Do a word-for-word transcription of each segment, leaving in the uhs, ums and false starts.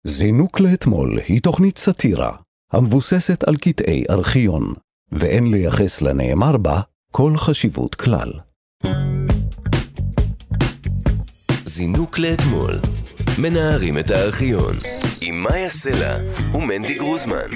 זינוק לאתמול היא תוכנית סאטירה המבוססת על קטעי ארכיון, ואין לייחס לנאמר בה כל חשיבות כלל. זינוק לאתמול, מנערים את הארכיון, עם מאיה סלע ומנדי גרוזמן.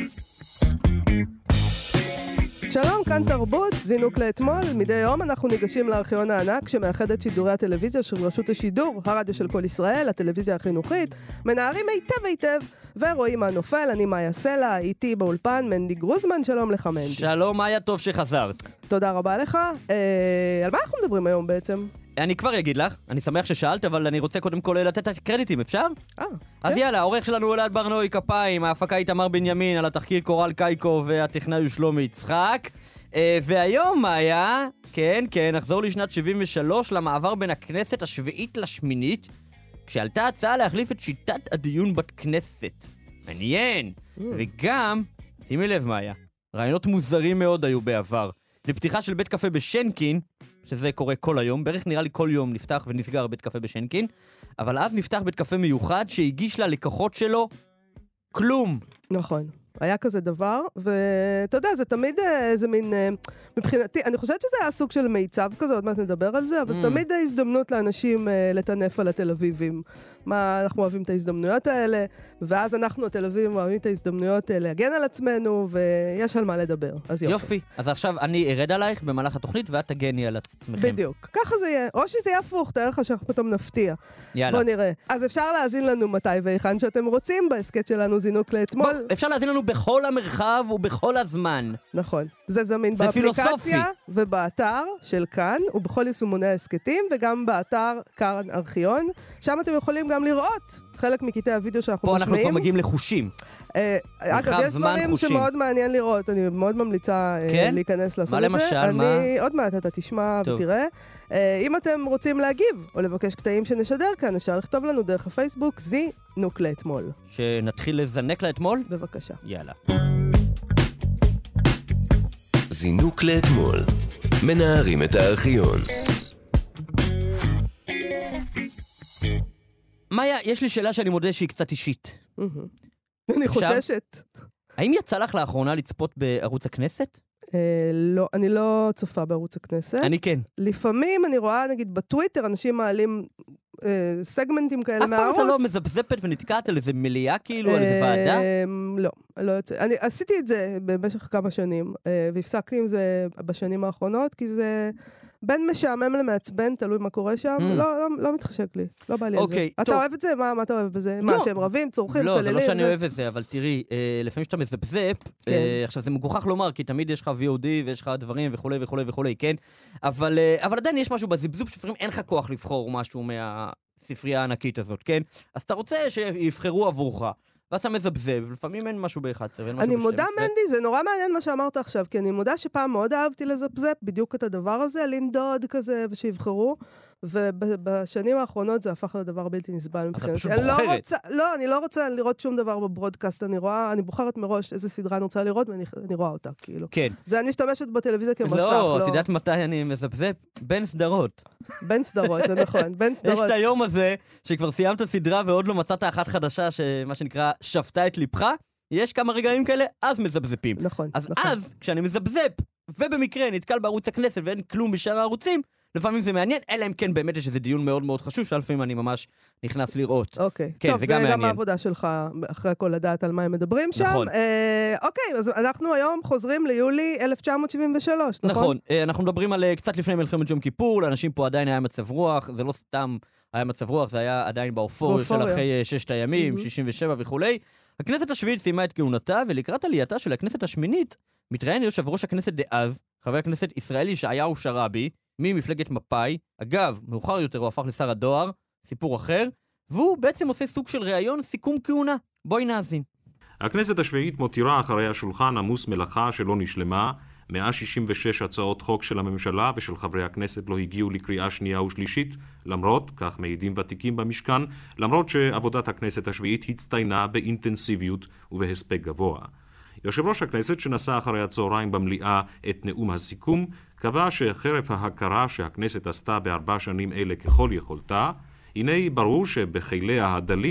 שלום, כאן תרבות, זינוק לאתמול. מדי יום אנחנו ניגשים לארכיון הענק שמאחד את שידורי הטלוויזיה של רשות השידור, הרדיו של כל ישראל, הטלוויזיה החינוכית, מנערים היטב היטב ורואים מה נופל. אני מאיה סלע, איתי באולפן מנדי גרוזמן. שלום לך מנדי. שלום מאיה, טוב שחזרת. תודה רבה לך. אה, על מה אנחנו מדברים היום בעצם? אני כבר אגיד לך, אני שמח ששאלת, אבל אני רוצה קודם כל לתת את הקרדיטים, אפשר? אה, אז כן. יאללה, העורך שלנו אלעד ברנועי כפיים, ההפקה איתמר בנימין, על התחקיר קורל קייקו והטכנאי שלומי יצחק. אה, והיום מאיה, כן, כן, נחזור לשנת שבעים ושלוש למעבר בין הכנסת השביעית לשמינית, כשעלתה הצעה להחליף את שיטת הדיון בכנסת. מעניין. Mm. וגם, שימי לב מאיה, רעיונות מוזרים מאוד היו בעבר. לפתיחה של בית קפה בשנקין, שזה קורה כל היום, בערך נראה לי כל יום נפתח ונסגר בית קפה בשנקין, אבל אז נפתח בית קפה מיוחד שהגיש ללקוחות שלו כלום. נכון. היה כזה דבר, ואתה יודע, זה תמיד איזה מין, מבחינתי, אני חושבת שזה היה סוג של מיצב כזה, עוד מעט נדבר על זה, אבל זה תמיד ההזדמנות לאנשים לטנף על התל אביבים. מה, אנחנו אוהבים את ההזדמנויות האלה, ואז אנחנו, התל אביבים, אוהבים את ההזדמנויות להגן על עצמנו, ויש על מה לדבר. אז יופי. יופי. אז עכשיו אני ארד עלייך במהלך התוכנית, ואת תגני על עצמכם. בדיוק. ככה זה יהיה. או שזה יהיה הפוך, תאר לך שאנחנו פתאום נפתיע. יאללה. בוא נראה. אז אפשר להאזין לנו מתי והיכן שאתם רוצים, בהסקט שלנו זינוק לאתמול. בוא, אפשר להזין לנו בכל המרחב ובכל הזמן. נכון. זה זמין זה באפליקציה פילוסופי. ובאתר של כאן, ובכל יישומוני העסקטים, וגם באתר כאן ארכיון. שם אתם יכולים גם לראות חלק מקטעי הוידאו שאנחנו פה משמיעים. אנחנו כבר מגיעים לחושים. אה, אגב, יש זמן דברים חושים. שמאוד מעניין לראות. אני מאוד ממליצה אה, כן? להיכנס לעשות מה את זה. למשל? אני, מה? עוד מעט אתה תשמע טוב. ותראה. אה, אם אתם רוצים להגיב או לבקש קטעים שנשדר כאן, אפשר לכתוב לנו דרך הפייסבוק זינוק לאתמול. שנתחיל לזנק לאתמול? בבקשה. יאללה. זינוק לאתמול, מנערים את הארכיון. מאיה, יש לי שאלה שאני מודה שהיא קצת אישית. אני אפשר? חוששת. האם יצא לך לאחרונה לצפות בערוץ הכנסת? אה, לא, אני לא צופה בערוץ הכנסת. אני כן. לפעמים אני רואה, נגיד, בטוויטר, אנשים מעלים אה, סגמנטים כאלה אף פעם מהערוץ. אתה לא מזפזפת ונתקעת על איזה מליאה כאילו, על איזה ועדה? אה, לא, לא יוצא. אני עשיתי את זה במשך כמה שנים, אה, והפסקתי עם זה בשנים האחרונות, כי זה בין משעמם למעצבן, תלוי מה קורה שם. Mm. לא, לא, לא מתחשק לי. לא בא לי על זה. אוקיי, אתה טוב. אוהב את זה? מה, מה אתה אוהב בזה? לא. מה, שהם רבים, צורכים, לא, זה כללים? לא שאני אוהב את זה, אבל תראי, אה, לפעמים שאתה מזפזפ, כן. אה, עכשיו זה מגוחך לומר, כי תמיד יש לך וי או די ויש לך דברים וכולי וכולי וכולי, כן? אבל, אה, אבל עדיין יש משהו בזבזוב שפעמים אין לך כוח לבחור משהו מהספרייה הענקית הזאת, כן? אז אתה רוצה שיבחרו עבורך. ואז אתה מזבזב, לפעמים אין משהו ב-אחת עשרה, ואין משהו אני ב-שתים מודה, עשרה. מנדי, זה נורא מעניין מה שאמרת עכשיו, כי אני מודה שפעם מאוד אהבתי לזפזפ, בדיוק את הדבר הזה, לנדוד כזה, ושיבחרו, ובשנים האחרונות זה הפך לדבר בלתי נסבל מבחינתי. פשוט אני לא בוחרת. רוצה, לא, אני לא רוצה לראות שום דבר בברודקאסט, אני רואה, אני בוחרת מראש איזה סדרה אני רוצה לראות, ואני אני רואה אותה, כאילו. כן. זה אני משתמשת בטלוויזיה כמסך, לא, לא... את יודעת מתי אני מזבזב? בין סדרות. בין סדרות, זה נכון, בין יש סדרות. את היום הזה, שכבר סיימת סדרה ועוד לא מצאת אחת חדשה, שמה שנקרא, שפתה את ליבך, יש כמה רגעים כאלה, אז מזבזפים. נכון, אז נכון. אז, כשאני מזבזב, ובמקרה נתקל בערוץ הכנסת ואין כלום בשאר הערוצים, לפעמים זה מעניין, אלא אם כן באמת יש איזה דיון מאוד מאוד חשוב, שלפעמים אני ממש נכנס לראות. אוקיי. כן, טוב, זה גם זה גם מעניין. העבודה שלך, אחרי הכל לדעת על מה הם מדברים שם. נכון. אה, אוקיי, אז אנחנו היום חוזרים ליולי אלף תשע מאות שבעים ושלוש, נכון? נכון, אה, אנחנו מדברים על אה, קצת לפני מלחמת יום כיפור, לאנשים פה עדיין היה מצב רוח, זה לא סתם היה מצב רוח, זה היה עדיין באופוריה של באופוריה. אחרי אה, ששת הימים, Mhm. שישים ושבע וכולי. הכנסת השביעית סיימה את כהונתה, ולקראת עלייתה של הכנסת השמינית, מתראיין יושב ראש הכנסת דאז, חבר הכנסת ישראל ישעיהו שרעבי, ממפלגת מפא"י, אגב, מאוחר יותר הוא הפך לשר הדואר, סיפור אחר, והוא בעצם עושה סוג של ראיון סיכום כהונה. בואי נאזין. הכנסת השביעית מותירה אחרי השולחן עמוס מלאכה שלא נשלמה, מאה שישים ושש הצעות חוק של הממשלה ושל חברי הכנסת לא הגיעו לקריאה שנייה ושלישית, למרות, כך מעידים ותיקים במשכן, למרות שעבודת הכנסת השביעית הצטיינה באינטנסיביות ובהספק גבוה. יושב ראש הכנסת שנשא אחרי הצהריים במליאה את נאום הסיכום, קבע שחרף ההכרה שהכנסת עשתה בארבע שנים אלה ככל יכולתה, הנה ברור שבחיליה הדלים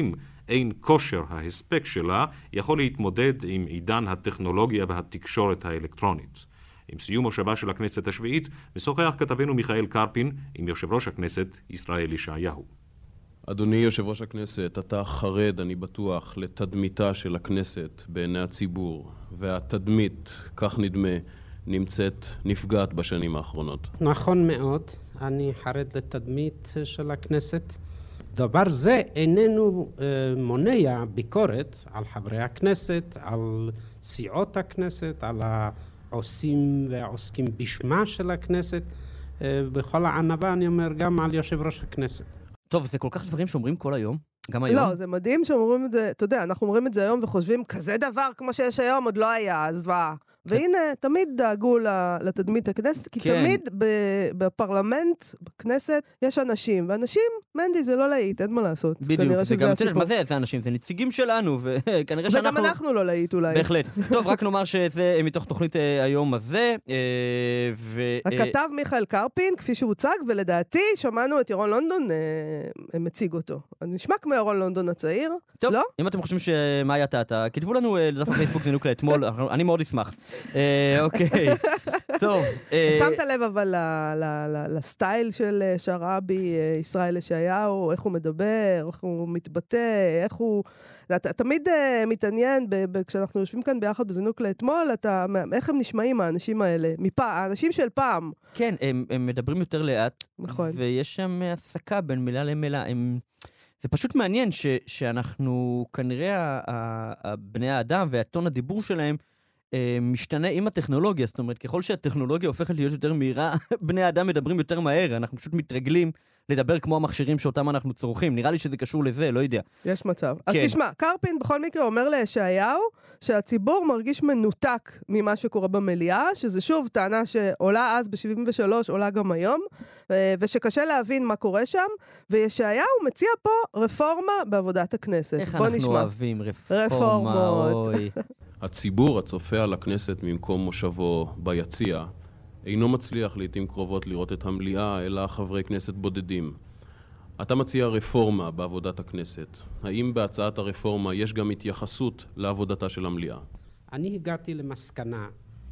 אין כושר ההספק שלה, יכול להתמודד עם עידן הטכנולוגיה והתקשורת האלקטרונית. עם סיום מושבה של הכנסת השביעית, משוחח כתבנו מיכאל קרפין עם יושב ראש הכנסת ישראל ישעיהו. אדוני יושב ראש הכנסת, אתה חרד, אני בטוח, לתדמיתה של הכנסת בעיני הציבור, והתדמית, כך נדמה, נמצאת נפגעת בשנים האחרונות. נכון מאוד, אני חרד לתדמית של הכנסת. דבר זה איננו אה, מונע ביקורת על חברי הכנסת, על סיעות הכנסת, על העושים והעוסקים בשמה של הכנסת, אה, בכל הענווה אני אומר גם על יושב ראש הכנסת. טוב, זה כל כך דברים שאומרים כל היום, גם היום. לא, זה מדהים שאומרים את זה, אתה יודע, אנחנו אומרים את זה היום וחושבים, כזה דבר כמו שיש היום עוד לא היה, זוועה. והנה, תמיד דאגו לתדמית הכנסת, כי כן. תמיד בפרלמנט, בכנסת, יש אנשים, ואנשים, מנדי, זה לא להיט, אין מה לעשות. בדיוק, זה גם, מה זה, זה אנשים, זה נציגים שלנו, וכנראה שאנחנו... וגם אנחנו לא להיט אולי. בהחלט. טוב, רק נאמר שזה מתוך תוכנית היום הזה, ו... הכתב מיכאל קרפין, כפי שהוצג, ולדעתי, שמענו את ירון לונדון, מציג אותו. אז נשמע כמו ירון לונדון הצעיר, טוב, לא? אם אתם חושבים שמה היה תעתה, כתבו לנו לדף הפייסבוק זינוק לאתמול, אני מאוד אשמח. אוקיי, טוב. שמת לב אבל לסטייל של שרעבי, ישראל ישעיהו, איך הוא מדבר, איך הוא מתבטא, איך הוא... אתה תמיד מתעניין, כשאנחנו יושבים כאן ביחד בזינוק לאתמול, איך הם נשמעים האנשים האלה, האנשים של פעם. כן, הם מדברים יותר לאט, נכון. ויש שם הפסקה בין מילה למילה, הם... זה פשוט מעניין ש, שאנחנו, כנראה, בני האדם והטון הדיבור שלהם משתנה עם הטכנולוגיה. זאת אומרת, ככל שהטכנולוגיה הופכת להיות יותר מהירה, בני האדם מדברים יותר מהר. אנחנו פשוט מתרגלים לדבר כמו המכשירים שאותם אנחנו צורכים. נראה לי שזה קשור לזה, לא יודע. יש מצב. אז כן. תשמע, קרפין בכל מקרה אומר לישעיהו שהציבור מרגיש מנותק ממה שקורה במליאה, שזה שוב טענה שעולה אז ב-שבעים ושלוש, עולה גם היום, ושקשה להבין מה קורה שם, וישעיהו מציע פה רפורמה בעבודת הכנסת. איך בוא אנחנו נשמע. אוהבים רפורמה, רפורמות. אוי. הציבור הצופה על הכנסת ממקום מושבו ביציע אינו מצליח לעתים קרובות לראות את המליאה, אלא חברי כנסת בודדים. אתה מציע רפורמה בעבודת הכנסת. האם בהצעת הרפורמה יש גם התייחסות לעבודתה של המליאה? אני הגעתי למסקנה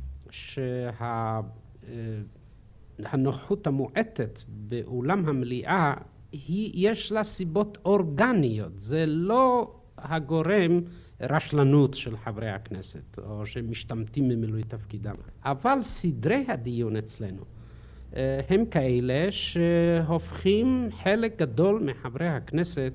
שהנוחות המועטת באולם המליאה, היא, יש לה סיבות אורגניות. זה לא הגורם רשלנות של חברי הכנסת, או שמשתמטים ממילוי תפקידם. אבל סדרי הדיון אצלנו הם כאלה שהופכים חלק גדול מחברי הכנסת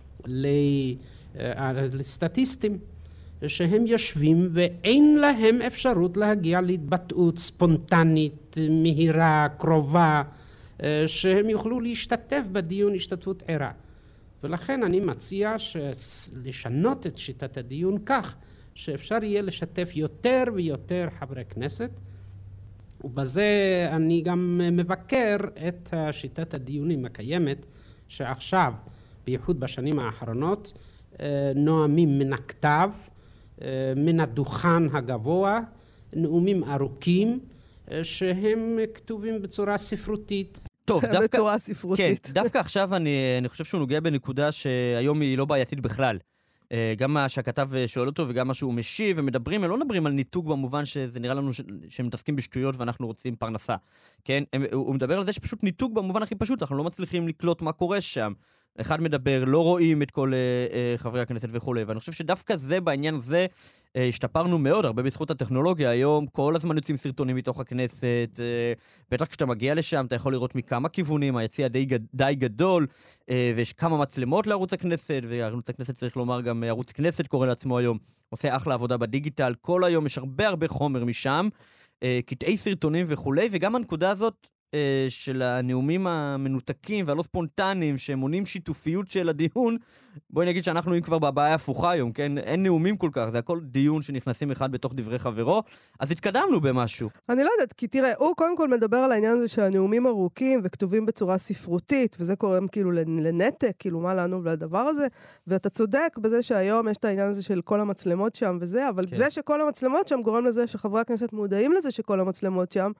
לסטטיסטים, שהם יושבים ואין להם אפשרות להגיע להתבטאות ספונטנית, מהירה, קרובה, שהם יוכלו להשתתף בדיון השתתפות ערה. ולכן אני מציע לשנות את שיטת הדיון כך שאפשר יהיה לשתף יותר ויותר חברי כנסת, ובזה אני גם מבקר את שיטת הדיונים הקיימת, שעכשיו, בייחוד בשנים האחרונות, נואמים מן הכתב, מן הדוכן הגבוה, נאומים ארוכים, שהם כתובים בצורה ספרותית. טוב, דווקא... בצורה ספרותית. כן, דווקא עכשיו אני, אני חושב שהוא נוגע בנקודה שהיום היא לא בעייתית בכלל. גם מה שהכתב שואל אותו וגם מה שהוא משיב, ומדברים, הם לא מדברים על ניתוק במובן שזה נראה לנו ש... שהם מתעסקים בשטויות ואנחנו רוצים פרנסה. כן? הם, הוא מדבר על זה שפשוט ניתוק במובן הכי פשוט, אנחנו לא מצליחים לקלוט מה קורה שם. אחד מדבר, לא רואים את כל uh, uh, חברי הכנסת וכו'. ואני חושב שדווקא זה, בעניין הזה, uh, השתפרנו מאוד, הרבה בזכות הטכנולוגיה. היום כל הזמן יוצאים סרטונים מתוך הכנסת, uh, בטח כשאתה מגיע לשם, אתה יכול לראות מכמה כיוונים, היציע די, די גדול, uh, ויש כמה מצלמות לערוץ הכנסת, וערוץ הכנסת צריך לומר גם, ערוץ כנסת קורא לעצמו היום, עושה אחלה עבודה בדיגיטל, כל היום יש הרבה הרבה חומר משם, uh, קטעי סרטונים וכו', וגם הנקודה הזאת, של הנאומים המנותקים והלא ספונטניים שמונים שיתופיות של הדיון, בואי נגיד שאנחנו נהיים כבר בבעיה הפוכה היום, כן? אין נאומים כל כך, זה הכל דיון שנכנסים אחד בתוך דברי חברו, אז התקדמנו במשהו. אני לא יודעת, כי תראה, הוא קודם כל מדבר על העניין הזה שהנאומים ארוכים וכתובים בצורה ספרותית, וזה קוראים כאילו לנתק, כאילו מה לנו לדבר הזה, ואתה צודק בזה שהיום יש את העניין הזה של כל המצלמות שם וזה, אבל כן. זה שכל המצלמות שם גורם לזה שחברי הכנסת מודעים לזה שכל המצלמות שם,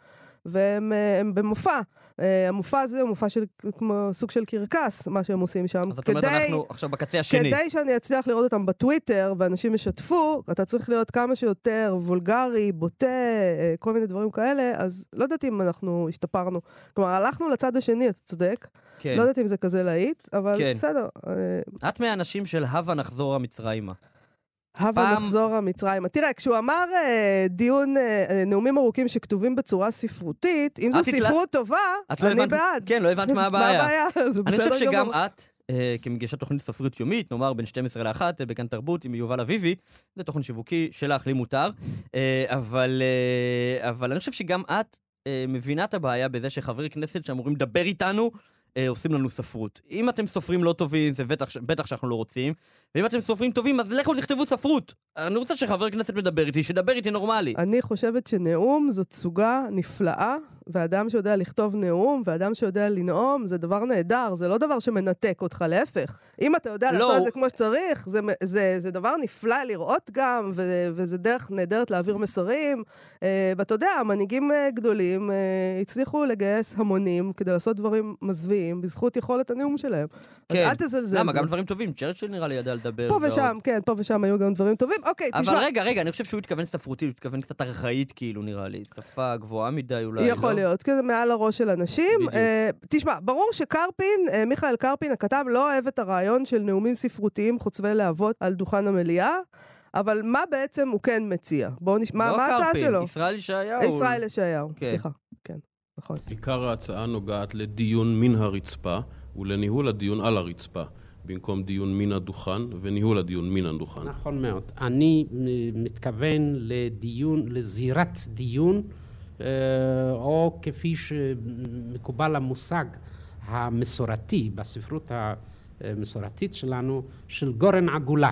והם הם במופע. המופע הזה הוא מופע של, כמו סוג של קרקס, מה שהם עושים שם. אז את אומרת, אנחנו עכשיו בקצה השני. כדי שאני אצליח לראות אותם בטוויטר, ואנשים ישתפו, אתה צריך להיות כמה שיותר וולגרי, בוטה, כל מיני דברים כאלה, אז לא יודעת אם אנחנו השתפרנו. כלומר, הלכנו לצד השני, אתה צודק. כן. לא יודעת אם זה כזה להיט, אבל כן. בסדר. את מהאנשים של הווה נחזור המצרימה. הווה פעם... נחזור המצרימה. תראה, כשהוא אמר אה, דיון, אה, נאומים ארוכים שכתובים בצורה ספרותית, אם זו ספרות תלה... טובה, לא אני הבנת... בעד. כן, לא הבנת מה הבעיה. מה הבעיה? זה אני בסדר חושב שגם גמור. את, אה, כמגישת תוכנית ספרות יומית, נאמר בין שתים עשרה לאחת, בכאן תרבות עם יובל אביבי, זה תוכן שיווקי שלך, לי מותר, אה, אבל, אה, אבל אני חושב שגם את אה, מבינה את הבעיה בזה שחברי כנסת שאמורים לדבר איתנו, עושים לנו ספרות. אם אתם סופרים לא טובים, זה בטח, בטח שאנחנו לא רוצים, ואם אתם סופרים טובים, אז לכו תכתבו ספרות. אני רוצה שחבר כנסת מדבר איתי, שדבר איתי נורמלי. אני חושבת שנאום זאת סוגה נפלאה, ואדם שיודע לכתוב נאום, ואדם שיודע לנאום, זה דבר נהדר, זה לא דבר שמנתק אותך, להפך. אם אתה יודע לא. לעשות את זה כמו שצריך, זה, זה, זה דבר נפלא לראות גם, ו, וזה דרך נהדרת להעביר מסרים, ואתה יודע, המנהיגים גדולים הצליחו לגייס המונים כדי לעשות דברים מזוויעים, בזכות יכולת הנאום שלהם. כן. אל תזלזל. למה? גם דברים טובים. צ'רצ'יל נראה לי ידע לדבר. פה ושם, כן, פה ושם היו גם דברים טובים. אוקיי, אבל תשמע. אבל רגע, רגע, אני חושב שהוא התכוון ספרותי, הוא התכוון קצת ארכאית, כאילו, נראה לי. שפה גבוהה מדי, אולי, יכול לא? להיות, כזה מעל הראש של אנשים. בדיוק. Uh, תשמע, ברור שקרפין, uh, מיכאל קרפין, הכתב, לא אוהב את הרעיון של נאומים ספרותיים חוצבי להבות על דוכן המליאה, אבל מה בעצם הוא כן מציע? בואו נשמע, לא מה ההצעה קרפין, שלו? ישראל ישעיהו. ישראל ישעיהו, כן. סליחה. כן, נכון. עיקר ההצעה נוגעת לדיון מן הרצפה ולניהול הדיון על הרצפה, במקום דיון מן הדוכן וניהול הדיון מן הדוכן. נכון מאוד. אני מתכוון לדיון, לזירת דיון, או כפי שמקובל המושג המסורתי, בספרות המסורתית שלנו, של גורן עגולה,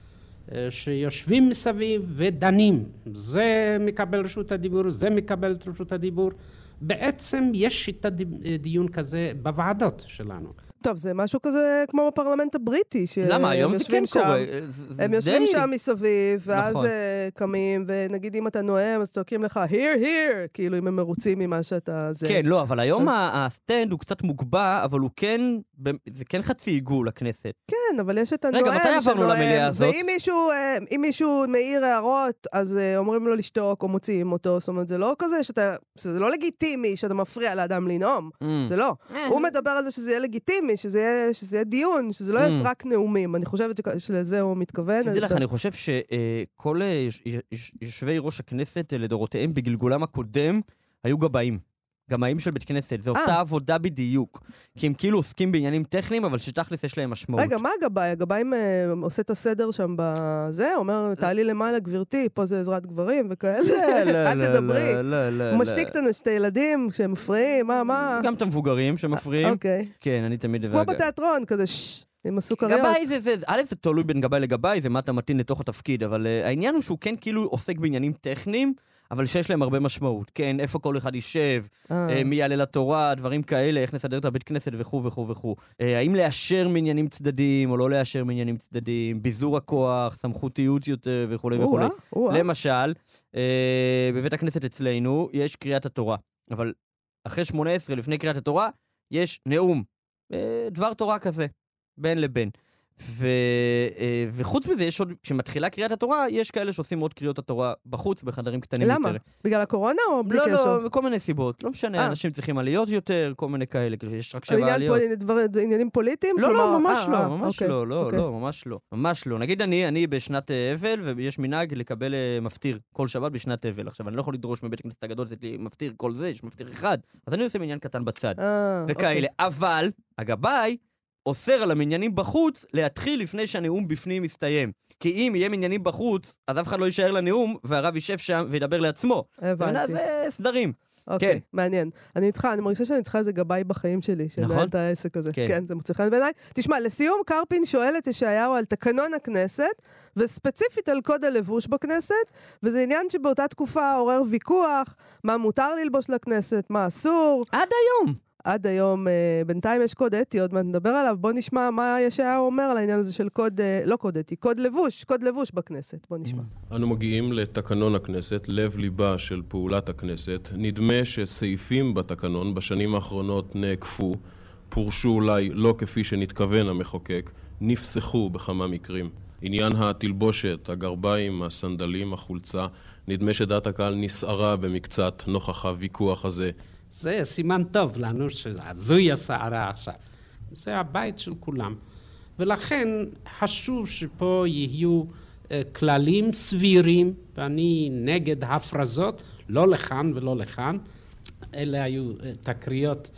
שיושבים מסביב ודנים. זה מקבל רשות הדיבור, זה מקבל את רשות הדיבור. בעצם יש שיטת דיון כזה בוועדות שלנו. טוב, זה משהו כזה כמו בפרלמנט הבריטי. למה? היום זה כן קורה. הם יושבים שם מסביב, ואז קמים, ונגיד אם אתה נואם, אז צועקים לך, here, here, כאילו אם הם מרוצים ממה שאתה זה. כן, לא, אבל היום הסטנד הוא קצת מוגבע, אבל הוא כן, זה כן חצי עיגול לכנסת. כן, אבל יש את הנואם רגע, מתי עברנו למליאה הזאת? ואם מישהו, אם מישהו מעיר הערות, אז אומרים לו לשתוק או מוציאים אותו, זאת אומרת, זה לא כזה שאתה, זה לא לגיטימי שאתה מפריע לאדם לנאום, זה לא. הוא מדבר על זה שזה יהיה לגיטימי, שזה יהיה, שזה יהיה דיון, שזה לא יהיה רק נאומים. אני חושבת שלזה הוא מתכוון. תדעי לך, אני חושב שכל יושבי ראש הכנסת לדורותיהם בגלגולם הקודם היו גבאים. גמאים של בית כנסת, זו אותה עבודה בדיוק. כי הם כאילו עוסקים בעניינים טכניים, אבל שתכלס יש להם משמעות. רגע, מה הגבאי? הגבאים עושה את הסדר שם בזה? אומר, תעלי למעלה גברתי, פה זה עזרת גברים וכאלה. אל תדברי. הוא משתיק את הילדים שהם מפריעים, מה, מה? גם את המבוגרים שמפריעים. אוקיי. כן, אני תמיד... כמו בתיאטרון, כזה ששש. עם הסוכריות. גבאי זה, זה, א' זה תלוי בין גבאי לגבאי, זה מה אתה מתאים לתוך התפקיד, אבל uh, העניין הוא שהוא כן כאילו עוסק בעניינים טכניים, אבל שיש להם הרבה משמעות. כן, איפה כל אחד יישב, uh, מי יעלה לתורה, דברים כאלה, איך נסדר את הבית כנסת וכו' וכו' וכו'. Uh, האם לאשר מעניינים צדדים או לא לאשר מעניינים צדדים, ביזור הכוח, סמכותיות יותר וכו' וכו'. למשל, uh, בבית הכנסת אצלנו יש קריאת התורה, אבל אחרי שמונה עשרה לפני קריאת התורה יש נאום, uh, דבר תורה כזה. בין לבין. ו... וחוץ מזה, יש עוד, כשמתחילה קריאת התורה, יש כאלה שעושים עוד קריאות התורה בחוץ, בחדרים קטנים למה? יותר. בגלל הקורונה או בלי לא, קשר? לא, לא, כל מיני סיבות. לא משנה, אנשים צריכים עליות יותר, כל מיני כאלה, יש רק שבע עליות. עניינים פוליטיים? לא, לא, ממש לא, ממש לא, לא, לא, ממש לא. ממש לא. נגיד אני, אני בשנת אבל, ויש מנהג לקבל מפטיר כל שבת בשנת אבל. עכשיו, אני לא יכול לדרוש מבית הכנסת הגדול, לתת לי מפטיר כל זה, יש מפטיר אחד. אז אני עושה עניין קטן בצד. וכאלה. אבל, הגבאי אוסר על המניינים בחוץ להתחיל לפני שהנאום בפנים מסתיים. כי אם יהיה מניינים בחוץ, אז אף אחד לא יישאר לנאום, והרב יישב שם וידבר לעצמו. הבנתי. זה סדרים. אוקיי, מעניין. אני צריכה, אני מרגישה שאני צריכה איזה גבאי בחיים שלי, שנהל את העסק הזה. כן, זה מוצא חן בעיניי. תשמע, לסיום, קרפין שואל את ישעיהו על תקנון הכנסת, וספציפית על קוד הלבוש בכנסת, וזה עניין שבאותה תקופה עורר ויכוח, מה מותר ללבוש לכנסת, מה אסור. עד היום. עד היום, בינתיים יש קוד אתי, עוד מעט נדבר עליו, בוא נשמע מה ישעיהו אומר על העניין הזה של קוד, לא קוד אתי, קוד לבוש, קוד לבוש בכנסת, בוא נשמע. אנו מגיעים לתקנון הכנסת, לב ליבה של פעולת הכנסת. נדמה שסעיפים בתקנון בשנים האחרונות נעקפו, פורשו אולי לא כפי שנתכוון המחוקק, נפסחו בכמה מקרים. עניין התלבושת, הגרביים, הסנדלים, החולצה, נדמה שדעת הקהל נסערה במקצת נוכח הוויכוח הזה. זה סימן טוב לנו שזוהי הסערה עכשיו. זה הבית של כולם. ולכן חשוב שפה יהיו uh, כללים סבירים, ואני נגד הפרזות, לא לכאן ולא לכאן. אלה היו uh, תקריות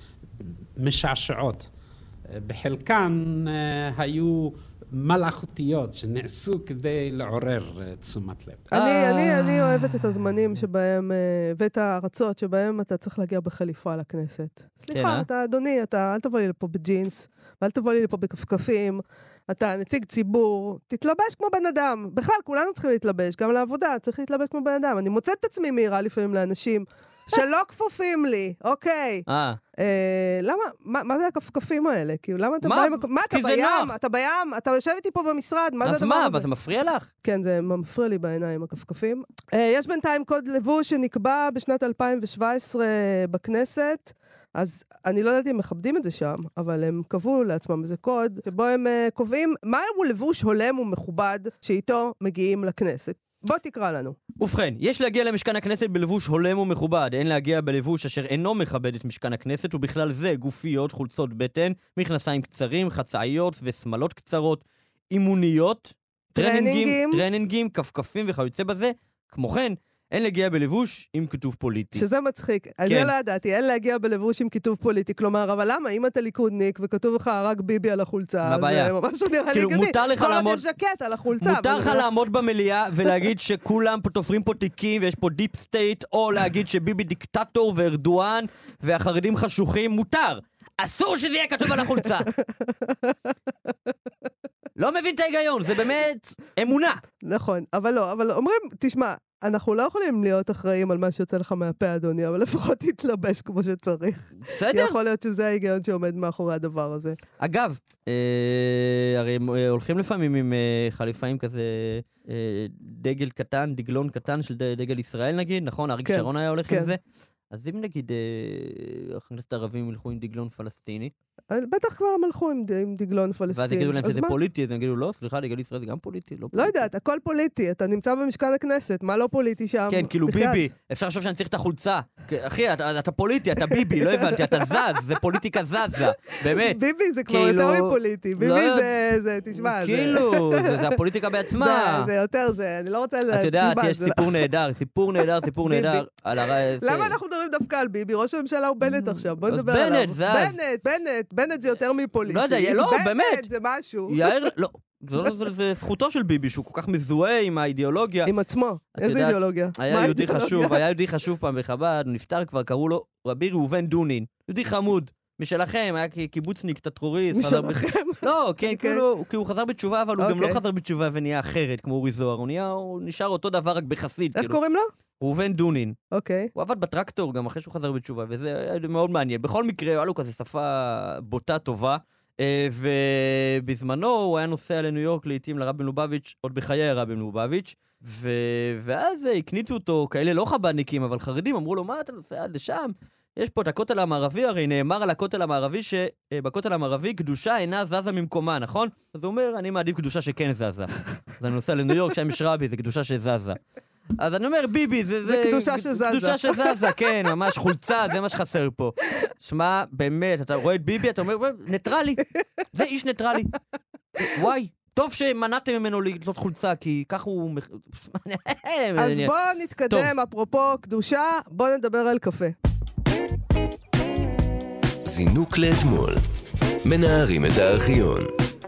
משעשעות. Uh, בחלקן uh, היו מלאכותיות שנעשו כדי לעורר uh, תשומת לב. אני, אני, אני אוהבת את הזמנים שבהם, ואת הארצות שבהם אתה צריך להגיע בחליפה לכנסת. סליחה, אתה אדוני, אתה אל תבוא לי לפה בג'ינס, ואל תבוא לי לפה בכפכפים, אתה נציג ציבור, תתלבש כמו בן אדם. בכלל, כולנו צריכים להתלבש, גם לעבודה, צריך להתלבש כמו בן אדם. אני מוצאת את עצמי מהירה לפעמים לאנשים שלא כפופים לי, אוקיי. אה. למה, מה זה הכפכפים האלה? כאילו, למה אתה בא עם... מה, אתה בים? אתה בים? אתה יושב איתי פה במשרד? מה זה הדבר הזה? אז מה, זה מפריע לך? כן, זה מפריע לי בעיניים, הכפכפים. יש בינתיים קוד לבוש שנקבע בשנת אלפיים שבע עשרה בכנסת, אז אני לא יודעת אם מכבדים את זה שם, אבל הם קבעו לעצמם איזה קוד, שבו הם קובעים מהו לבוש הולם ומכובד שאיתו מגיעים לכנסת. בוא תקרא לנו. ובכן, יש להגיע למשכן הכנסת בלבוש הולם ומכובד, אין להגיע בלבוש אשר אינו מכבד את משכן הכנסת, ובכלל זה גופיות, חולצות בטן, מכנסיים קצרים, חצאיות וסמלות קצרות, אימוניות, טרנינגים, טרנינגים, כפכפים וכיוצא בזה. כמו כן, אין להגיע בלבוש עם כיתוב פוליטי. שזה מצחיק. אני לא ידעתי, אין להגיע בלבוש עם כיתוב פוליטי. כלומר, אבל למה? אם אתה ליכודניק וכתוב לך רק ביבי על החולצה, מה בעיה? זה ממש נראה לי גדי. כל עוד יש ז'קט על החולצה. מותר לך לעמוד במליאה ולהגיד שכולם פה תופרים פה תיקים ויש פה דיפ סטייט, או להגיד שביבי דיקטטור וארדואן והחרדים חשוכים. מותר. אסור שזה יהיה כתוב על החולצה. לא מבין את ההיגיון, זה באמת אמונה. נכון, אבל לא, אבל אומרים, תשמע, אנחנו לא יכולים להיות אחראים על מה שיוצא לך מהפה, אדוני, אבל לפחות תתלבש כמו שצריך. בסדר. יכול להיות שזה ההיגיון שעומד מאחורי הדבר הזה. אגב, אה, הרי הם הולכים לפעמים עם אה, חליפאים כזה, אה, דגל קטן, דגלון קטן של דגל ישראל נגיד, נכון? אריק כן, שרון היה הולך כן. עם זה. אז אם נגיד, אה, הכנסת הערבים ילכו עם דגלון פלסטיני, בטח כבר הם הלכו עם, עם דגלון פלסטין. ואז יגידו להם שזה מה? פוליטי, אז הם יגידו, לא, סליחה, דגל ישראל זה גם פוליטי, לא לא פוליטי. יודעת, הכל פוליטי, אתה נמצא במשכן הכנסת, מה לא פוליטי שם? כן, כאילו בחייאת. ביבי, אפשר לחשוב שאני צריך את החולצה. אחי, אתה, אתה פוליטי, אתה ביבי, לא הבנתי, אתה זז, זה פוליטיקה זזה, באמת. ביבי זה כבר כאילו- יותר מפוליטי, ביבי לא- זה, זה, תשמע, זה... כאילו, זה, זה הפוליטיקה בעצמה. זה, זה יותר, זה, אני לא רוצה... את יודעת, תשמע, יש זה- סיפור נהדר, סיפור נהדר, סיפור ביבי. נהדר. על הר... למה אנחנו מדברים דווקא על ביבי? ראש הממשלה הוא בנט עכשיו, בוא אז נדבר בנט, עליו. זז. בנט, בנט, בנט זה יותר מפוליטי. לא יודע, לא, באמת. בנט זה משהו. יאיר, לא, זה, לא- זה, זה זכותו של ביבי, שהוא כל כך מזוהה עם האידיאולוגיה. עם עצמו. את איזה יודעת, אידיאולוגיה? מה היה יהודי האידיאולוגיה? חשוב, היה יהודי חשוב פעם בחב"ד, הוא נפטר כבר, קראו לו רבי ראובן דונין. יהודי חמוד, משלכם, היה קיבוצניק, טרוריסט. חזר ב- משלכם? לא, כן, אוקיי. כאילו, כי הוא חזר בתשובה, אבל הוא גם לא אוקיי. חזר בתשובה ונהיה אחרת, כמו אורי זוהר. הוא נהיה, הוא נשאר אותו דבר רק בחסיד. איך כאילו. קוראים לו? ראובן דונין. אוקיי. הוא עבד בטרקטור גם אחרי שהוא חזר בתשובה, וזה היה מאוד מעניין. בכל מקרה, היה לו כזה שפה בוטה טובה, אה, ובזמנו הוא היה נוסע לניו יורק לעתים לרבי מלובביץ', עוד בחיי הרבי מלובביץ', ו... ואז הקניתו אותו, כאלה לא חב"דניקים, אבל חרדים, אמרו לו, מה אתה נוסע עד לשם? יש פה את הכותל המערבי, הרי נאמר על הכותל המערבי שבכותל המערבי קדושה אינה זזה ממקומה, נכון? אז הוא אומר, אני מעדיף קדושה שכן זזה. אז אני נוסע לניו יורק, שם יש רבי, זה קדושה שזזה. אז אני אומר, ביבי, זה... זה קדושה שזזה. קדושה שזזה, כן, ממש חולצה, זה מה שחסר פה. שמע, באמת, אתה רואה את ביבי, אתה אומר, ניטרלי, זה איש ניטרלי. וואי, טוב שמנעתם ממנו לתלות חולצה, כי כך הוא... אז בוא נתקדם, אפרופו קדושה, בוא נדבר על קפה. זינוק לאתמול. מנערים את הארכיון.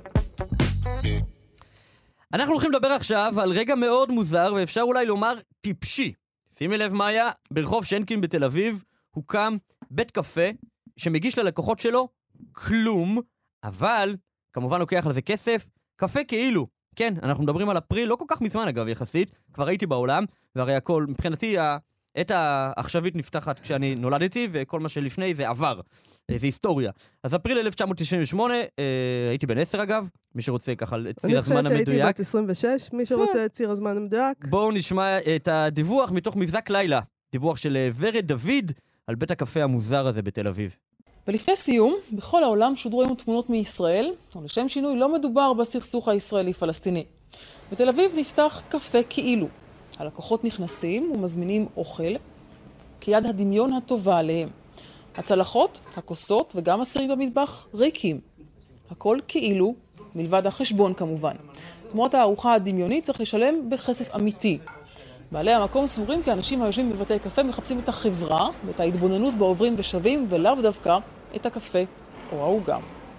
אנחנו הולכים לדבר עכשיו על רגע מאוד מוזר, ואפשר אולי לומר טיפשי. שימי לב מה היה, ברחוב שנקין בתל אביב, הוקם בית קפה שמגיש ללקוחות שלו כלום, אבל כמובן לוקח על זה כסף, קפה כאילו. כן, אנחנו מדברים על אפריל, לא כל כך מזמן אגב יחסית, כבר הייתי בעולם, והרי הכל, מבחינתי את העכשווית נפתחת כשאני נולדתי, וכל מה שלפני זה עבר, זה היסטוריה. אז אפריל אלף תשע מאות תשעים ושמונה, אה, הייתי בן עשר אגב, מי שרוצה ככה את ציר הזמן המדויק. אני חושבת שהייתי בת עשרים ושש, מי שרוצה את ציר הזמן המדויק. בואו נשמע את הדיווח מתוך מבזק לילה, דיווח של ורד דוד על בית הקפה המוזר הזה בתל אביב. ולפני סיום, בכל העולם שודרו היום תמונות מישראל, ולשם שינוי לא מדובר בסכסוך הישראלי-פלסטיני. בתל אביב נפתח קפה כאילו. הלקוחות נכנסים ומזמינים אוכל, כיד הדמיון הטובה עליהם. הצלחות, הכוסות וגם הסירים במטבח ריקים. הכל כאילו, מלבד החשבון כמובן. תמורת הארוחה הדמיונית צריך לשלם בכסף אמיתי. בעלי המקום סבורים כי אנשים היושבים בבתי קפה מחפשים את החברה ואת ההתבוננות בעוברים ושווים, ולאו דווקא את הקפה או העוגה.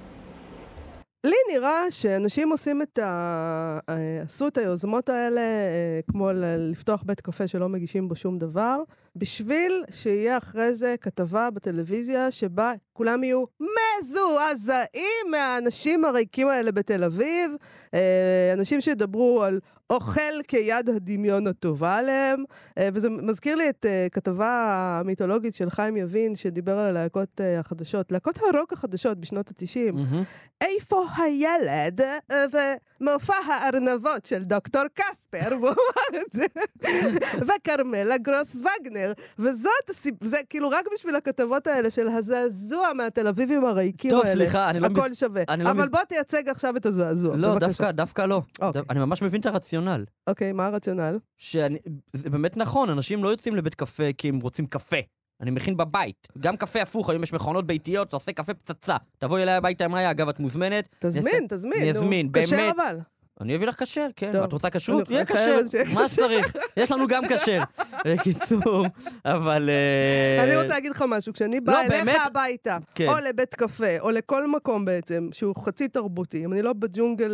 לי נראה שאנשים עושים את ה... עשו את היוזמות האלה, כמו לפתוח בית קפה שלא מגישים בו שום דבר, בשביל שיהיה אחרי זה כתבה בטלוויזיה שבה כולם יהיו מזועזעים מהאנשים הריקים האלה בתל אביב, אנשים שידברו על אוכל כיד הדמיון הטובה עליהם, וזה מזכיר לי את כתבה המיתולוגית של חיים יבין, שדיבר על הלהקות החדשות, להקות הרוק החדשות בשנות ה-תשעים. Mm-hmm. איפה הילד ומופע הארנבות של דוקטור קספר, והוא אמר את זה, וקרמלה גרוס וגנר, וזאת, זה כאילו רק בשביל הכתבות האלה של הזעזוע מהתל אביבים הריקים האלה. טוב, סליחה, אני לא... הכל שווה. אבל בוא תייצג עכשיו את הזעזוע. לא, דווקא, דווקא לא. אני ממש מבין את הרציונל. אוקיי, מה הרציונל? שאני, זה באמת נכון, אנשים לא יוצאים לבית קפה כי הם רוצים קפה. אני מכין בבית. גם קפה הפוך, היום יש מכונות ביתיות, אתה עושה קפה פצצה. תבואי אליי הביתה, אמריה, אגב, את מוזמנת. תזמין, תזמין. אני אזמין, באמת. כשר אבל. אני אביא לך כשר, כן. את רוצה כשרות? יהיה כשר. מה שצריך? יש לנו גם כשר. בקיצור, אבל... אני רוצה להגיד לך משהו, כשאני באה אליך הביתה, או לבית קפה, או לכל מקום בעצם, שהוא חצי תרבותי, אם אני לא בג'ונגל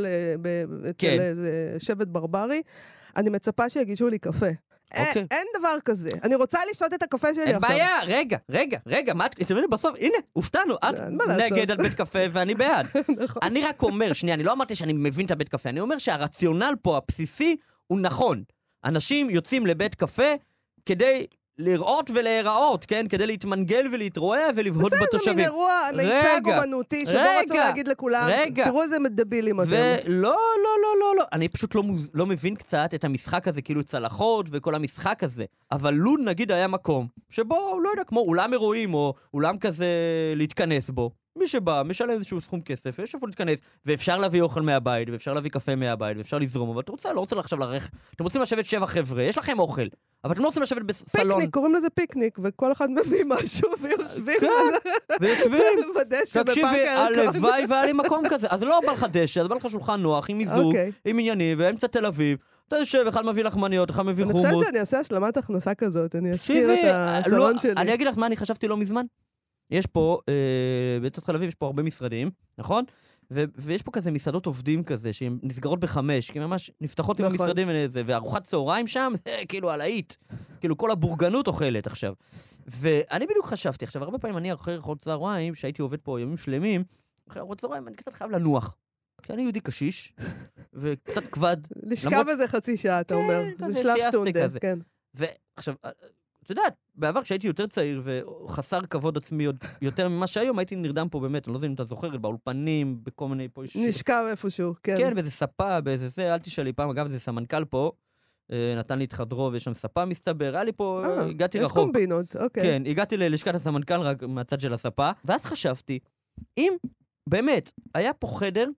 אצל איזה שבט ברברי, אני מצפה שיגישו לי קפה. Okay. אין דבר כזה. אני רוצה לשתות את הקפה שלי אין עכשיו. אין בעיה, רגע, רגע, רגע, מה את... בסוף, הנה, הופתענו, את נגד על בית קפה ואני בעד. נכון. אני רק אומר, שנייה, אני לא אמרתי שאני מבין את הבית קפה, אני אומר שהרציונל פה, הבסיסי, הוא נכון. אנשים יוצאים לבית קפה כדי לראות ולהיראות, כן? כדי להתמנגל ולהתרועע ולבהות בתושבים. זה מין אירוע מיצג אומנותי, שבו רצו להגיד לכולם, תראו איזה דבילים אתם. ולא, לא, לא, לא, לא. אני פשוט לא, מוז... לא מבין קצת את המשחק הזה, כאילו צלחות וכל המשחק הזה. אבל לו נגיד היה מקום, שבו, לא יודע, כמו אולם אירועים, או אולם כזה להתכנס בו. מי שבא, משלם איזשהו סכום כסף, יש איפה להתכנס, ואפשר להביא אוכל מהבית, ואפשר להביא קפה מהבית, ואפשר לזרום, אבל אתה רוצה, לא רוצה עכשיו לרח... אתם רוצים לשבת שבע חבר'ה, יש לכם אוכל, אבל אתם לא רוצים לשבת בסלון. פיקניק, קוראים לזה פיקניק, וכל אחד מביא משהו, ויושבים. כן, ויושבים. תקשיבי, הלוואי והיה לי מקום כזה. אז לא בא לך דשא, אז בא לך שולחן נוח, עם מיזוג, עם עניינים, ואמצע תל אביב. אתה יושב, אחד מביא לחמניות, אחד מביא חומוס. אני חושבת שאני אעשה השלמת הכנסה כזאת, אני אזכיר את הסלון שלי. אני אגיד לך מה אני חשבתי לא מזמן. יש פה, אה, בעצם תל אביב יש פה הרבה משרדים, נכון? ו- ויש פה כזה מסעדות עובדים כזה, שהן נסגרות בחמש, כי ממש נפתחות נכון. עם המשרדים וזה, וארוחת צהריים שם, זה כאילו עלאית. כאילו כל הבורגנות אוכלת עכשיו. ואני בדיוק חשבתי, עכשיו, הרבה פעמים אני אחרי ארוחת צהריים, שהייתי עובד פה ימים שלמים, אחרי ארוחת צהריים אני קצת חייב לנוח. כי אני יהודי קשיש, וקצת כבד. לשכב בזה חצי שעה, אתה אומר. זה שלב סטונדר, כן. ועכשיו... אתה יודע, בעבר כשהייתי יותר צעיר וחסר כבוד עצמי עוד יותר ממה שהיום, הייתי נרדם פה באמת, אני לא יודע אם אתה זוכרת, באולפנים, בכל מיני פה... נשכב איפשהו, כן. כן, באיזה ספה, באיזה זה, אל תשאלי פעם, אגב, זה סמנכ"ל פה, נתן לי את חדרו ויש שם ספה מסתבר, היה לי פה, הגעתי רחוק. יש קומבינות, אוקיי. כן, הגעתי ללשכת הסמנכ"ל רק מהצד של הספה, ואז חשבתי, אם באמת היה פה חדר,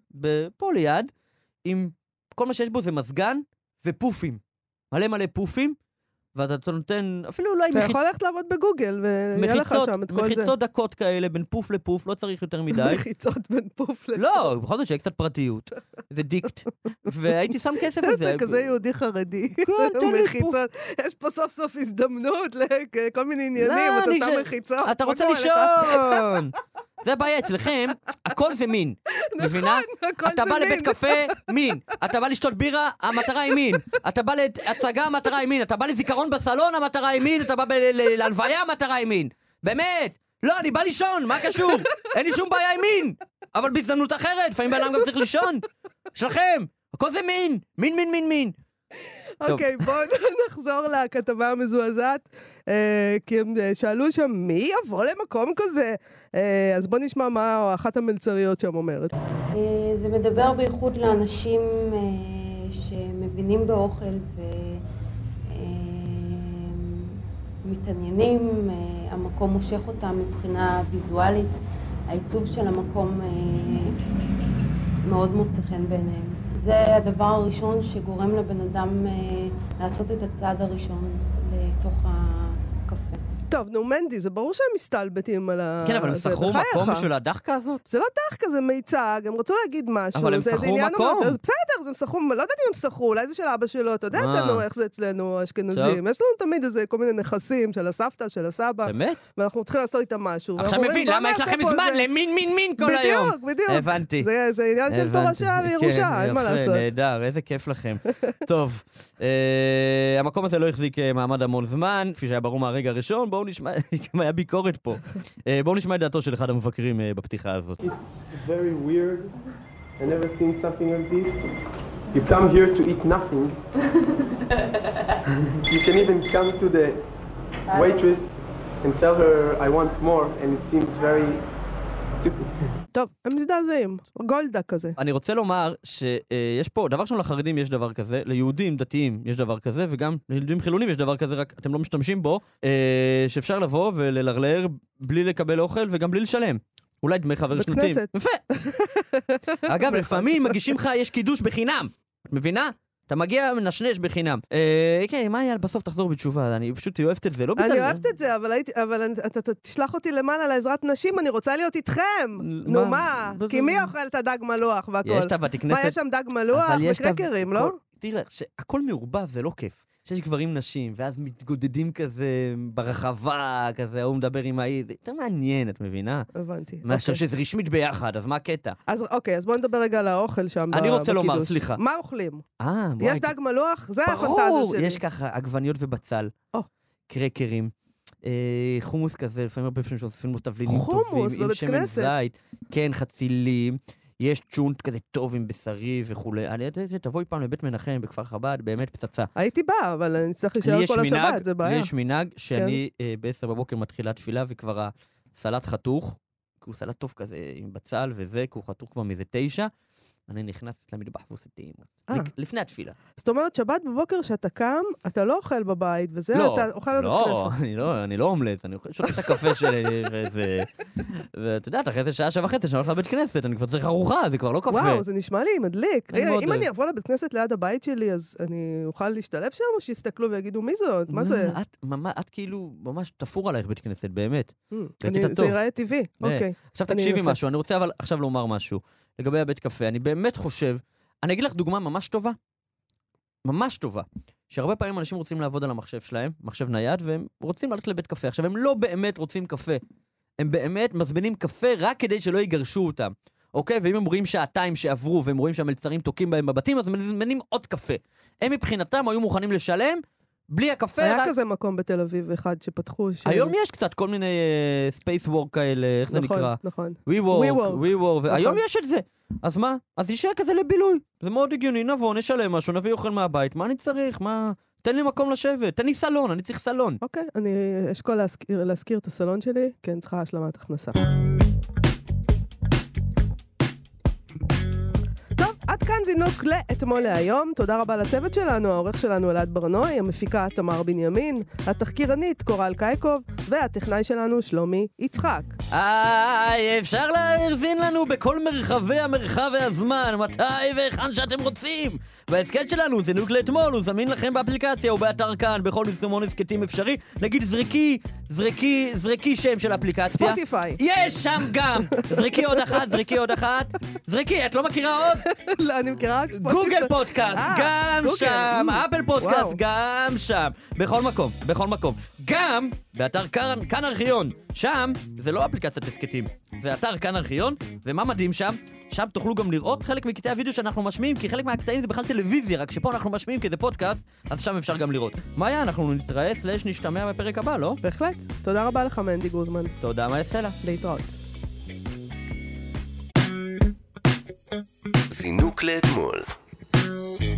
פה ליד, עם כל מה שיש בו זה מזגן ופופים, מלא מלא פופים, ואתה נותן, אפילו אולי... אתה יכול ללכת לעבוד בגוגל, ויהיה לך שם את כל זה. מחיצות דקות כאלה, בין פוף לפוף, לא צריך יותר מדי. מחיצות בין פוף לפוף. לא, בכל זאת שיהיה קצת פרטיות. זה דיקט. והייתי שם כסף על זה. אתה כזה יהודי חרדי. מחיצות. יש פה סוף סוף הזדמנות לכל מיני עניינים, אתה שם מחיצות. אתה רוצה לישון! זה הבעיה אצלכם, הכל זה מין. מבינה? אתה בא לבית קפה, מין. אתה בא לשתות בירה, המטרה היא מין. אתה בא להצגה, המטרה היא מין. אתה בא לזיכרון בסלון, המטרה היא מין. אתה בא להלוויה, המטרה היא מין. באמת. לא, אני בא לישון, מה קשור? אין לי שום בעיה עם מין. אבל בהזדמנות אחרת, לפעמים בעולם גם צריך לישון. שלכם, הכל זה מין. מין, מין, מין, מין. אוקיי, בואו נחזור לכתבה המזועזעת, כי הם שאלו שם, מי יבוא למקום כזה? אז בואו נשמע מה אחת המלצריות שם אומרת. זה מדבר בייחוד לאנשים שמבינים באוכל ומתעניינים, המקום מושך אותם מבחינה ויזואלית, העיצוב של המקום מאוד מוצא חן בעיניהם. זה הדבר הראשון שגורם לבן אדם לעשות את הצעד הראשון לתוך הקפה. טוב, נו מנדי, זה ברור שהם מסתלבטים על ה... כן, אבל הם שכרו מקום בשביל הדחקה הזאת? זה לא דחקה, זה מיצג, הם רצו להגיד משהו. אבל הם שכרו מקום? בסדר, הם שכרו, לא יודעת אם הם שכרו, אולי זה של אבא שלו, אתה יודע אצלנו איך זה אצלנו, אשכנזים. יש לנו תמיד איזה כל מיני נכסים של הסבתא, של הסבא. באמת? ואנחנו צריכים לעשות איתם משהו. עכשיו מבין, למה יש לכם זמן למין מין מין כל היום? בדיוק, בדיוק. הבנתי. זה עניין של תורשה וירושה, אין מה לעשות. נהדר, איזה כיף לכם. טוב, המקום הזה לא החזיק מעמד המון זמן, כפי שהיה ברור מהרגע הראשון. בואו נשמע, גם היה ביקורת פה. בואו נשמע את דעתו של אחד המבקרים בפתיחה הזאת. It's very weird. I never seen something like this. You come here to eat nothing. You can even come to the waitress and tell her I want more, and it seems very stupid. טוב, הם מזדעזעים, גולדה כזה. אני רוצה לומר שיש פה, דבר ראשון לחרדים יש דבר כזה, ליהודים דתיים יש דבר כזה, וגם ליהודים חילונים יש דבר כזה, רק אתם לא משתמשים בו, שאפשר לבוא וללרלר בלי לקבל אוכל וגם בלי לשלם. אולי דמי חבר שנתיים. בכנסת. יפה. אגב, לפעמים מגישים לך, יש קידוש בחינם. את מבינה? אתה מגיע מנשנש בחינם. כן, מה היה? בסוף תחזור בתשובה. אני פשוט אוהבת את זה, לא בצד. אני אוהבת את זה, אבל אתה תשלח אותי למעלה לעזרת נשים, אני רוצה להיות איתכם. נו מה? כי מי אוכל את הדג מלוח והכל? יש את הבתי כנסת. מה, יש שם דג מלוח וקרקרים, לא? תראי, הכל מעורבב, זה לא כיף. שיש גברים נשים, ואז מתגודדים כזה ברחבה, כזה, הוא מדבר עם האי, זה יותר מעניין, את מבינה? הבנתי. מאשר שזה רשמית ביחד, אז מה הקטע? אז אוקיי, אז בואו נדבר רגע על האוכל שם בקידוש. אני רוצה לומר, סליחה. מה אוכלים? אה, יש דג מלוח? זה הפנטזיה שלי. יש ככה עגבניות ובצל, קרקרים, חומוס כזה, לפעמים הרבה פעמים שאוספים לו תבלינים טובים, חומוס בבית כנסת. כן, חצילים. יש צ'ונט כזה טוב עם בשרי וכולי. תבואי פעם לבית מנחם בכפר חב"ד, באמת פצצה. הייתי באה, אבל אני צריך להישאר כל השבת, זה בעיה. לי יש מנהג שאני בעשר בבוקר מתחילה תפילה, וכבר הסלט חתוך, כי הוא סלט טוב כזה עם בצל וזה, כי הוא חתוך כבר מזה תשע, אני נכנסת למטבח ועושה טעימה. לפני התפילה. זאת אומרת, שבת בבוקר שאתה קם, אתה לא אוכל בבית, וזה אתה אוכל בבית כנסת. לא, אני לא אומלץ, אני שותה את הקפה שלי, וזה... ואתה יודעת, אחרי זה שעה שעה וחצי, שאני הולך לבית כנסת, אני כבר צריך ארוחה, זה כבר לא קפה. וואו, זה נשמע לי מדליק. אם אני אבוא לבית כנסת ליד הבית שלי, אז אני אוכל להשתלב שם, או שיסתכלו ויגידו, מי זאת? מה זה? את כאילו ממש תפור עלייך בית כנסת, באמת. זה ייראה טבעי, אוקיי. עכשיו תקשיבי משהו, אני רוצה אבל עכשיו לומר משהו. לגבי הבית קפה, אני באמת חושב, אני אגיד לך דוגמה ממש טובה, ממש טובה, שהרבה פעמים אנשים רוצים לעבוד על המחשב שלהם, מחשב נייד, והם רוצים ללכת לבית קפה. עכשיו, הם לא באמת רוצים קפה, הם באמת מזמינים קפה רק כדי שלא יגרשו אותם, אוקיי? ואם הם רואים שעתיים שעברו, והם רואים שהמלצרים תוקים בהם בבתים, אז הם מזמינים עוד קפה. הם מבחינתם היו מוכנים לשלם, בלי הקפה... היה רק... כזה מקום בתל אביב אחד שפתחו... ש... היום יש קצת כל מיני ספייס uh, וורק כאלה, איך זה נכון, נקרא? נכון, ווי וורק, ווי וורק, והיום יש את זה. אז מה? אז יישאר כזה לבילוי. זה מאוד הגיוני, נבוא, נשלם משהו, נביא אוכל מהבית, מה אני צריך? מה... תן לי מקום לשבת, תן לי סלון, אני צריך סלון. אוקיי, אני אשקול להזכיר, להזכיר את הסלון שלי, כן, צריכה השלמת הכנסה. עד כאן זינוק לאתמול להיום. תודה רבה לצוות שלנו, העורך שלנו אלעד ברנוי, המפיקה תמר בנימין, התחקירנית קורל קייקוב, והטכנאי שלנו שלומי יצחק. איי, אפשר להאזין לנו בכל מרחבי המרחב והזמן, מתי והיכן שאתם רוצים. וההסכת שלנו, זינוק לאתמול, הוא זמין לכם באפליקציה ובאתר כאן, בכל יישומון הסכתים אפשרי. נגיד זריקי, זריקי, זריקי שם של אפליקציה. ספוטיפיי. יש שם גם. זריקי עוד אחת, זריקי עוד אחת. זריקי, את לא מכירה עוד? לא, אני מכירה רק ספוטיפיי. גוגל פודקאסט, גם שם. אפל פודקאסט, גם שם. בכל מקום, בכל מקום. גם באתר כאן ארכיון. שם זה לא אפליקציית הסכתים, זה אתר כאן ארכיון, ומה מדהים שם? שם תוכלו גם לראות חלק מקטעי הוידאו שאנחנו משמיעים, כי חלק מהקטעים זה בכלל טלוויזיה, רק שפה אנחנו משמיעים כי זה פודקאסט, אז שם אפשר גם לראות. מאיה, אנחנו נתראה סלש נשתמע בפרק הבא, לא? בהחלט. תודה רבה לך, מנדי גוזמן. תודה, מאיה סלע. להתראות. זינוק לאתמול.